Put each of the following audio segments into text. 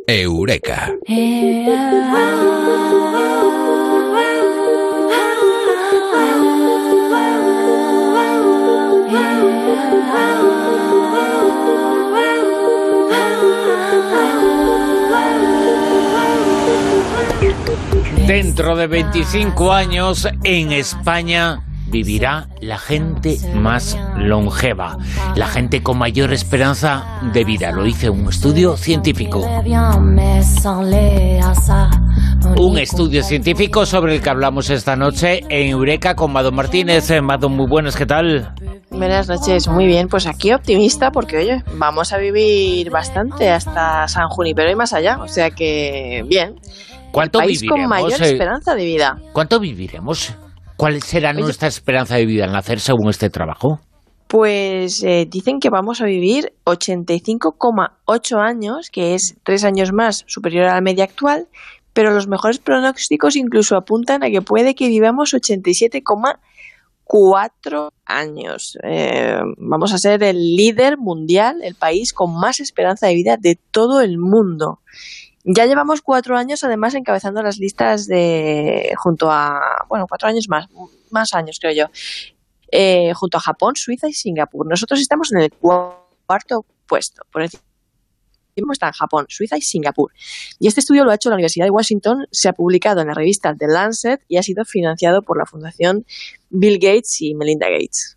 Eureka. Dentro de 25 años, en España vivirá la gente más longeva, la gente con mayor esperanza de vida. Lo dice un estudio científico. Un estudio científico sobre el que hablamos esta noche en Eureka con Mado Martínez. Mado, muy buenas, ¿qué tal? Buenas noches, muy bien, pues aquí optimista porque, oye, vamos a vivir bastante hasta San Junípero y más allá, o sea que, bien. ¿Cuánto país viviremos? Con mayor esperanza de vida. ¿Cuánto viviremos? ¿Cuál será nuestra esperanza de vida al nacer según este trabajo? Pues dicen que vamos a vivir 85,8 años, que es 3 años más superior a la media actual, pero los mejores pronósticos incluso apuntan a que puede que vivamos 87,4 años. Vamos a ser el líder mundial, el país con más esperanza de vida de todo el mundo. Ya llevamos 4 años, además, encabezando las listas junto a, 4 años más años creo yo, junto a Japón, Suiza y Singapur. Nosotros estamos en el cuarto puesto, por encima están Japón, Suiza y Singapur. Y este estudio lo ha hecho la Universidad de Washington, se ha publicado en la revista The Lancet y ha sido financiado por la Fundación Bill Gates y Melinda Gates.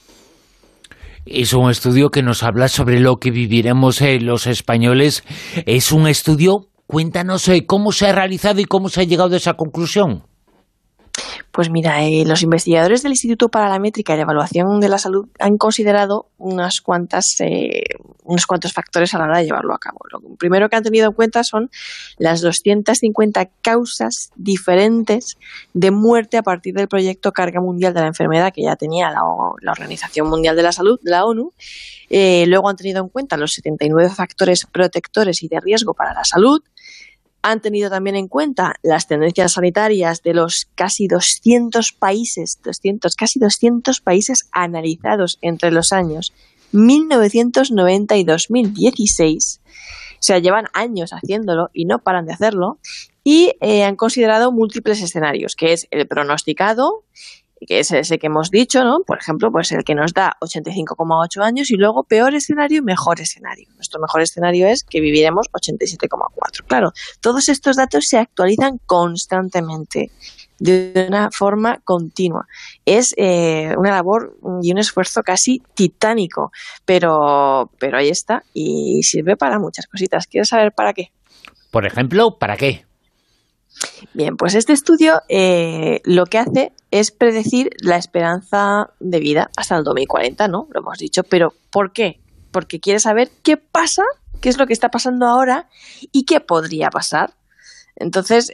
Es un estudio que nos habla sobre lo que viviremos los españoles. Es un estudio, cuéntanos cómo se ha realizado y cómo se ha llegado a esa conclusión. Pues mira, los investigadores del Instituto para la Métrica y la Evaluación de la Salud han considerado unos cuantos factores a la hora de llevarlo a cabo. Lo primero que han tenido en cuenta son las 250 causas diferentes de muerte a partir del proyecto Carga Mundial de la Enfermedad que ya tenía la Organización Mundial de la Salud, la ONU. Luego han tenido en cuenta los 79 factores protectores y de riesgo para la salud. Han tenido también en cuenta las tendencias sanitarias de los casi 200 países analizados entre los años 1990 y 2016. O sea, llevan años haciéndolo y no paran de hacerlo. Y han considerado múltiples escenarios, que es el pronosticado, que es ese que hemos dicho, ¿no? Por ejemplo, pues el que nos da 85,8 años y luego peor escenario y mejor escenario. Nuestro mejor escenario es que viviremos 87,4. Claro, todos estos datos se actualizan constantemente, de una forma continua. Es una labor y un esfuerzo casi titánico, pero ahí está y sirve para muchas cositas. ¿Quieres saber para qué? Por ejemplo, ¿para qué? Bien, pues este estudio lo que hace es predecir la esperanza de vida hasta el 2040, ¿no? Lo hemos dicho, pero ¿por qué? Porque quiere saber qué pasa, qué es lo que está pasando ahora y qué podría pasar. Entonces,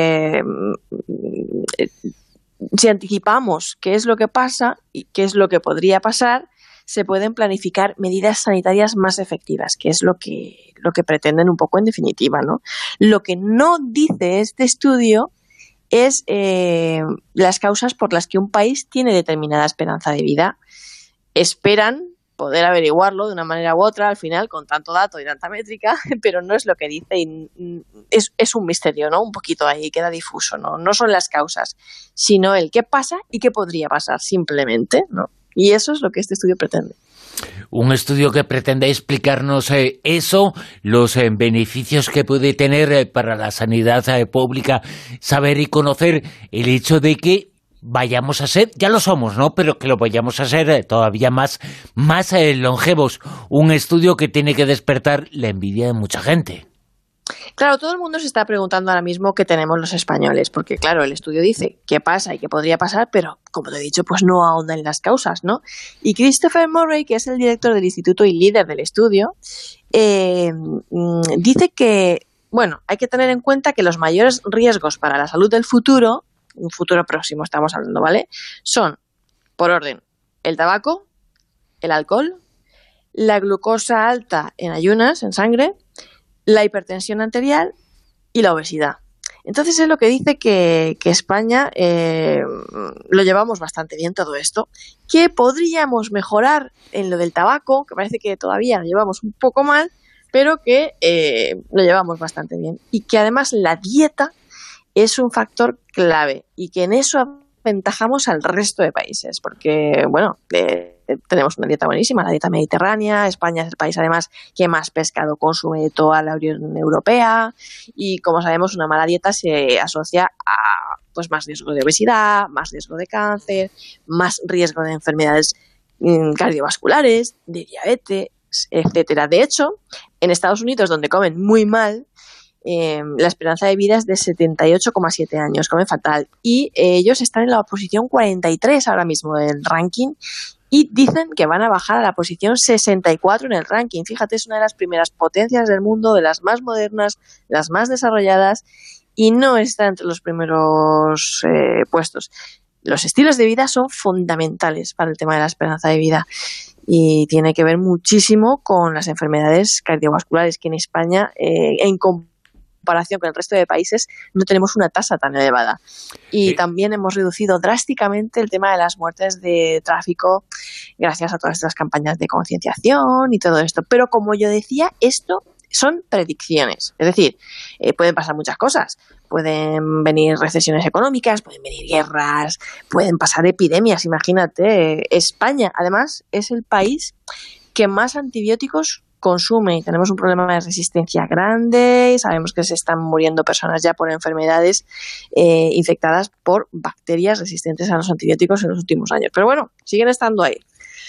si anticipamos qué es lo que pasa y qué es lo que podría pasar, se pueden planificar medidas sanitarias más efectivas, que es lo que pretenden un poco en definitiva, ¿no? Lo que no dice este estudio es las causas por las que un país tiene determinada esperanza de vida. Esperan poder averiguarlo de una manera u otra al final con tanto dato y tanta métrica, pero no es lo que dice y es un misterio, ¿no? Un poquito ahí, queda difuso, ¿no? No son las causas, sino el qué pasa y qué podría pasar simplemente, ¿no? Y eso es lo que este estudio pretende. Un estudio que pretende explicarnos eso, los beneficios que puede tener para la sanidad pública, saber y conocer el hecho de que vayamos a ser, ya lo somos, ¿no? Pero que lo vayamos a ser todavía más longevos. Un estudio que tiene que despertar la envidia de mucha gente. Claro, todo el mundo se está preguntando ahora mismo qué tenemos los españoles, porque claro, el estudio dice qué pasa y qué podría pasar, pero como te he dicho, pues no ahonda en las causas, ¿no? Y Christopher Murray, que es el director del instituto y líder del estudio, dice que, bueno, hay que tener en cuenta que los mayores riesgos para la salud del futuro, un futuro próximo estamos hablando, ¿vale? Son, por orden, el tabaco, el alcohol, la glucosa alta en ayunas, en sangre, la hipertensión arterial y la obesidad. Entonces es lo que dice que España lo llevamos bastante bien todo esto. ¿Qué podríamos mejorar en lo del tabaco? Que parece que todavía lo llevamos un poco mal, pero que lo llevamos bastante bien. Y que además la dieta es un factor clave y que en eso aventajamos al resto de países, porque, bueno, tenemos una dieta buenísima, la dieta mediterránea. España es el país, además, que más pescado consume de toda la Unión Europea y, como sabemos, una mala dieta se asocia a pues más riesgo de obesidad, más riesgo de cáncer, más riesgo de enfermedades cardiovasculares, de diabetes, etcétera. De hecho, en Estados Unidos, donde comen muy mal, la esperanza de vida es de 78,7 años, comen fatal. Y ellos están en la posición 43 ahora mismo del ranking y dicen que van a bajar a la posición 64 en el ranking. Fíjate, es una de las primeras potencias del mundo, de las más modernas, las más desarrolladas, y no está entre los primeros puestos. Los estilos de vida son fundamentales para el tema de la esperanza de vida y tiene que ver muchísimo con las enfermedades cardiovasculares, que en España, en comparación con el resto de países, no tenemos una tasa tan elevada. Y también hemos reducido drásticamente el tema de las muertes de tráfico gracias a todas estas campañas de concienciación y todo esto. Pero como yo decía, esto son predicciones. Es decir, pueden pasar muchas cosas. Pueden venir recesiones económicas, pueden venir guerras, pueden pasar epidemias. Imagínate, España, además, es el país que más antibióticos consume. Tenemos un problema de resistencia grande y sabemos que se están muriendo personas ya por enfermedades infectadas por bacterias resistentes a los antibióticos en los últimos años. Pero bueno, siguen estando ahí.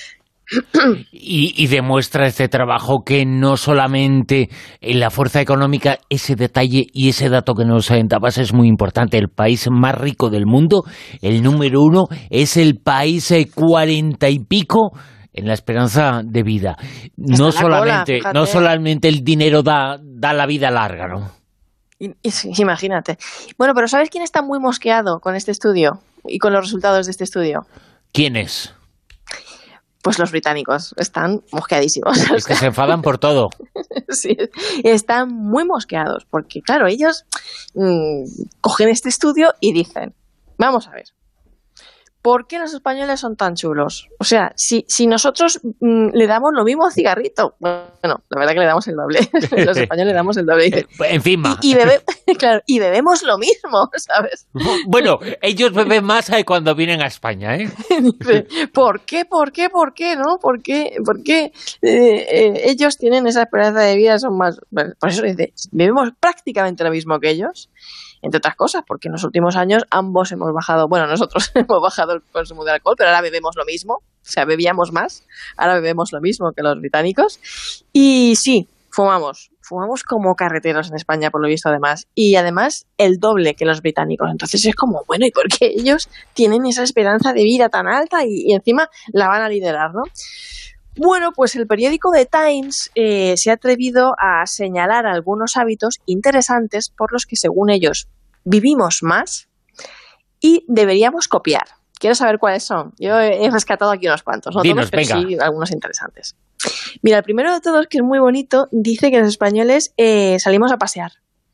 Y demuestra este trabajo que no solamente en la fuerza económica, ese detalle y ese dato que nos dabas es muy importante. El país más rico del mundo, el número 1, es el país 40 y pico en la esperanza de vida. No solamente el dinero da la vida larga, ¿no? Imagínate. Bueno, pero ¿sabes quién está muy mosqueado con este estudio y con los resultados de este estudio? ¿Quién es? Pues los británicos están mosqueadísimos. Es que se enfadan por todo. Sí, están muy mosqueados porque, claro, ellos cogen este estudio y dicen, vamos a ver, ¿por qué los españoles son tan chulos? O sea, si nosotros le damos lo mismo al cigarrito, bueno, la verdad que le damos el doble. Los españoles le damos el doble. Encima. Claro, y bebemos lo mismo, ¿sabes? Bueno, ellos beben más cuando vienen a España, ¿eh? ¿Por qué? ¿No? ¿Por qué ellos tienen esa esperanza de vida? Son más... Bueno, por eso dice, bebemos prácticamente lo mismo que ellos. Entre otras cosas, porque en los últimos años ambos hemos bajado, bueno, nosotros hemos bajado el consumo de alcohol, pero ahora bebemos lo mismo, o sea, bebíamos más, ahora bebemos lo mismo que los británicos. Y sí, fumamos como carreteros en España, por lo visto, además, y además el doble que los británicos. Entonces es como, bueno, ¿y por qué ellos tienen esa esperanza de vida tan alta y encima la van a liderar, ¿no? Bueno, pues el periódico The Times se ha atrevido a señalar algunos hábitos interesantes por los que, según ellos, vivimos más y deberíamos copiar. Quiero saber cuáles son. Yo he rescatado aquí unos cuantos, no Dinos, todos, pero venga. sí algunos interesantes. Mira, el primero de todos, que es muy bonito, dice que los españoles salimos a pasear.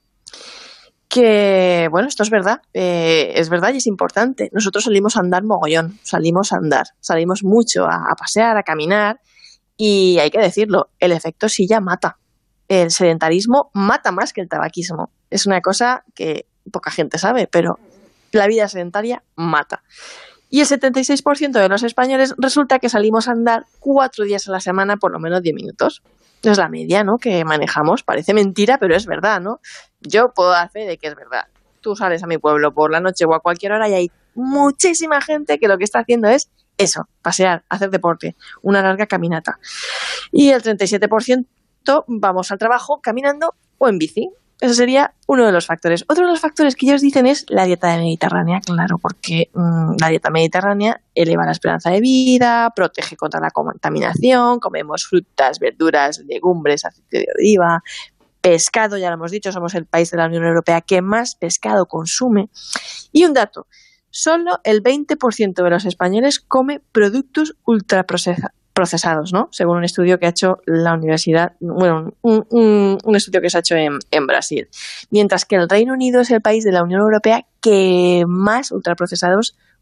Que, bueno, esto es verdad y es importante. Nosotros salimos a andar mogollón, salimos mucho a pasear, a caminar. Y hay que decirlo, el efecto silla mata. El sedentarismo mata más que el tabaquismo. Es una cosa que poca gente sabe, pero la vida sedentaria mata. Y el 76% de los españoles resulta que salimos a andar 4 días a la semana, por lo menos 10 minutos. Es la media, ¿no?, que manejamos. Parece mentira, pero es verdad, ¿no? Yo puedo dar fe de que es verdad. Tú sales a mi pueblo por la noche o a cualquier hora y hay muchísima gente que lo que está haciendo es eso, pasear, hacer deporte, una larga caminata. Y el 37% vamos al trabajo caminando o en bici. Ese sería uno de los factores. Otro de los factores que ellos dicen es la dieta mediterránea, claro, porque la dieta mediterránea eleva la esperanza de vida, protege contra la contaminación, comemos frutas, verduras, legumbres, aceite de oliva, pescado, ya lo hemos dicho, somos el país de la Unión Europea que más pescado consume. Y un dato, solo el 20% de los españoles come productos ultraprocesados, ¿no? Según un estudio que ha hecho la universidad, bueno, un estudio que se ha hecho en Brasil. Mientras que el Reino Unido es el país de la Unión Europea que más ultraprocesados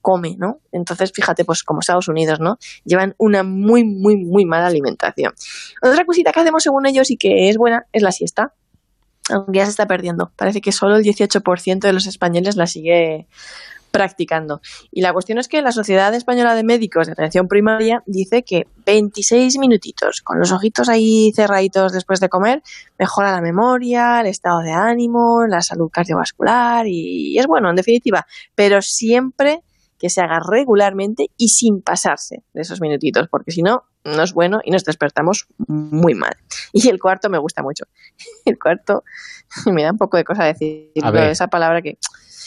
come, ¿no? Entonces, fíjate, pues como Estados Unidos, ¿no? Llevan una muy, muy, muy mala alimentación. Otra cosita que hacemos según ellos y que es buena es la siesta, aunque ya se está perdiendo. Parece que solo el 18% de los españoles la sigue practicando. Y la cuestión es que la Sociedad Española de Médicos de Atención Primaria dice que 26 minutitos con los ojitos ahí cerraditos después de comer mejora la memoria, el estado de ánimo, la salud cardiovascular y es bueno, en definitiva, pero siempre que se haga regularmente y sin pasarse de esos minutitos, porque si no, no es bueno y nos despertamos muy mal. Y el cuarto me gusta mucho. El cuarto me da un poco de cosa decir esa palabra que...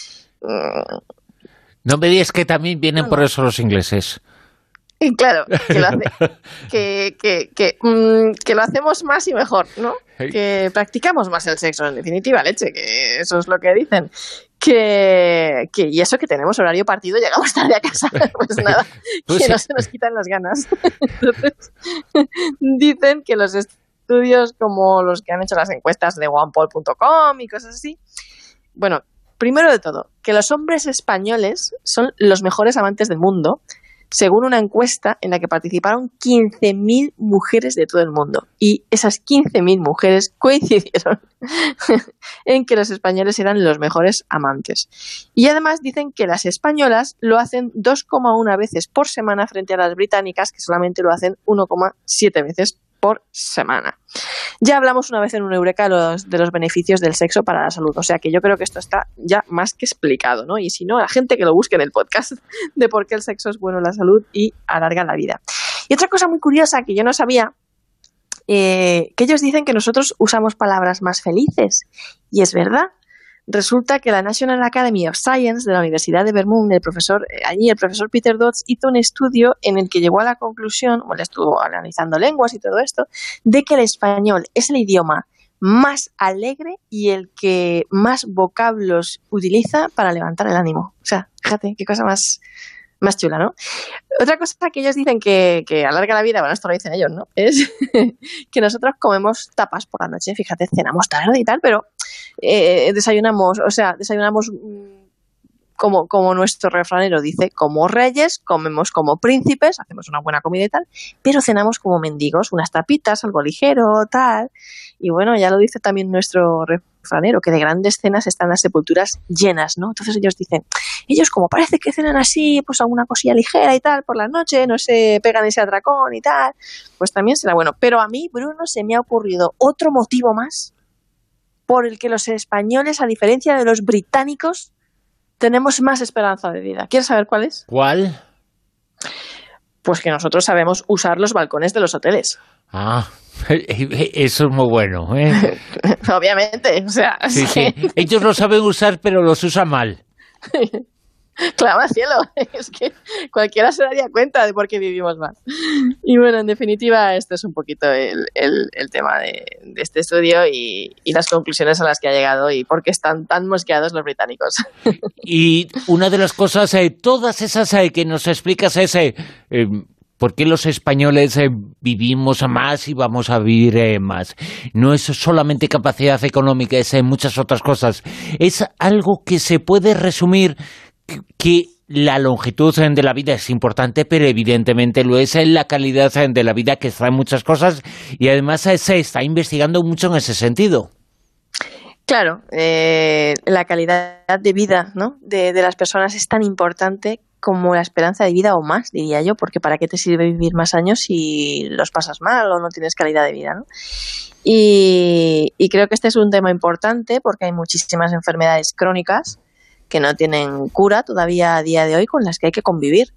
No me digas que también vienen por eso los ingleses. Y claro, que lo hacemos más y mejor, ¿no? Que practicamos más el sexo, en definitiva, leche, que eso es lo que dicen. Y eso que tenemos horario partido, llegamos tarde a casa, pues nada, pues que no se nos quitan las ganas. Entonces, dicen que los estudios como los que han hecho las encuestas de onepoll.com y cosas así, bueno, primero de todo, que los hombres españoles son los mejores amantes del mundo, según una encuesta en la que participaron 15.000 mujeres de todo el mundo. Y esas 15.000 mujeres coincidieron en que los españoles eran los mejores amantes. Y además dicen que las españolas lo hacen 2,1 veces por semana frente a las británicas, que solamente lo hacen 1,7 veces por semana. Ya hablamos una vez en un Eureka de los beneficios del sexo para la salud, o sea que yo creo que esto está ya más que explicado, ¿no? Y si no, la gente que lo busque en el podcast de por qué el sexo es bueno en la salud y alarga la vida. Y otra cosa muy curiosa que yo no sabía, que ellos dicen que nosotros usamos palabras más felices, y es verdad. Resulta que la National Academy of Science de la Universidad de Vermont, el profesor Peter Dodds hizo un estudio en el que llegó a la conclusión, él estuvo analizando lenguas y todo esto, de que el español es el idioma más alegre y el que más vocablos utiliza para levantar el ánimo. O sea, fíjate, qué cosa más chula, ¿no? Otra cosa que ellos dicen que alarga la vida, bueno, esto lo dicen ellos, ¿no? Es que nosotros comemos tapas por la noche, fíjate, cenamos tarde y tal, pero desayunamos como nuestro refranero dice, como reyes, comemos como príncipes, hacemos una buena comida y tal, pero cenamos como mendigos, unas tapitas, algo ligero, tal. Y bueno, ya lo dice también nuestro refranero, que de grandes cenas están las sepulturas llenas, ¿no? Entonces ellos dicen, ellos como parece que cenan así, pues alguna cosilla ligera y tal, por la noche, no se pegan ese atracón y tal, pues también será bueno. Pero a mí, Bruno, se me ha ocurrido otro motivo más por el que los españoles, a diferencia de los británicos, tenemos más esperanza de vida. ¿Quieres saber cuál es? ¿Cuál? Pues que nosotros sabemos usar los balcones de los hoteles. Ah, eso es muy bueno, ¿eh? Obviamente, o sea... Sí, sí. Ellos lo saben usar, pero los usan mal. Claro, cielo, es que cualquiera se daría cuenta de por qué vivimos mal. Y bueno, en definitiva, este es un poquito el tema de este estudio y las conclusiones a las que ha llegado y por qué están tan mosqueados los británicos. Y una de las cosas, todas esas que nos explicas es... ¿por qué los españoles vivimos más y vamos a vivir más? No es solamente capacidad económica, es muchas otras cosas. Es algo que se puede resumir que la longitud de la vida es importante, pero evidentemente lo es en la calidad de la vida, que está en muchas cosas, y además se está investigando mucho en ese sentido. Claro, la calidad de vida, ¿no?, de las personas es tan importante como la esperanza de vida o más, diría yo, porque ¿para qué te sirve vivir más años si los pasas mal o no tienes calidad de vida, ¿no? Y creo que este es un tema importante porque hay muchísimas enfermedades crónicas que no tienen cura todavía a día de hoy, con las que hay que convivir.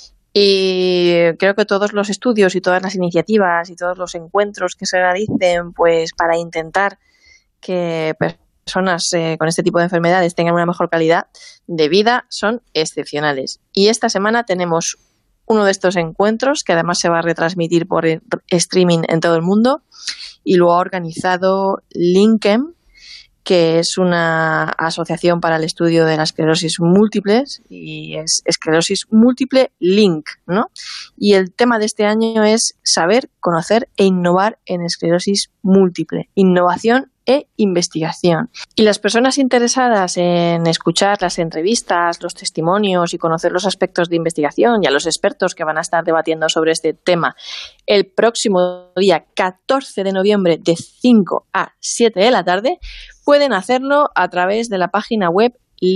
Y creo que todos los estudios y todas las iniciativas y todos los encuentros que se realicen, pues para intentar que personas con este tipo de enfermedades tengan una mejor calidad de vida son excepcionales. Y esta semana tenemos uno de estos encuentros que además se va a retransmitir por streaming en todo el mundo y lo ha organizado Linkem, que es una asociación para el estudio de la esclerosis múltiples y es esclerosis múltiple Link, ¿no? Y el tema de este año es saber, conocer e innovar en esclerosis múltiple. Innovación e investigación. Y las personas interesadas en escuchar las entrevistas, los testimonios y conocer los aspectos de investigación y a los expertos que van a estar debatiendo sobre este tema el próximo día 14 de noviembre de 5 a 7 de la tarde, pueden hacerlo a través de la página web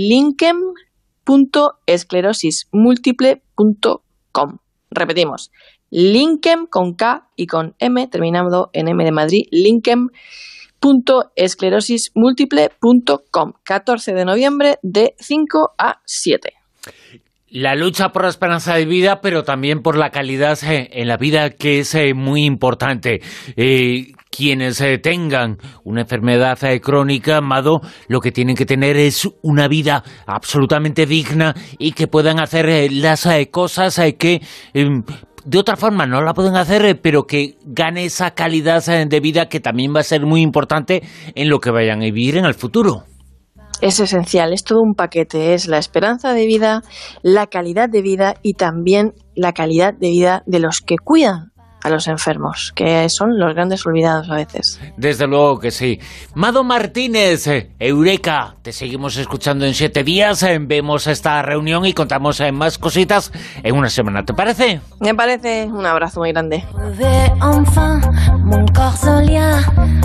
linkem.esclerosismúltiple.com. Repetimos, Linkem con K y con M, terminando en M de Madrid, linkem.esclerosismúltiple.com, 14 de noviembre de 5 a 7. La lucha por la esperanza de vida, pero también por la calidad en la vida, que es muy importante. Quienes tengan una enfermedad crónica, Mado, lo que tienen que tener es una vida absolutamente digna y que puedan hacer las cosas que de otra forma no la pueden hacer, pero que gane esa calidad de vida que también va a ser muy importante en lo que vayan a vivir en el futuro. Es esencial, es todo un paquete, es la esperanza de vida, la calidad de vida y también la calidad de vida de los que cuidan a los enfermos, que son los grandes olvidados a veces. Desde luego que sí. Mado Martínez, Eureka, te seguimos escuchando en 7 días, vemos esta reunión y contamos más cositas en una semana, ¿te parece? Me parece, un abrazo muy grande.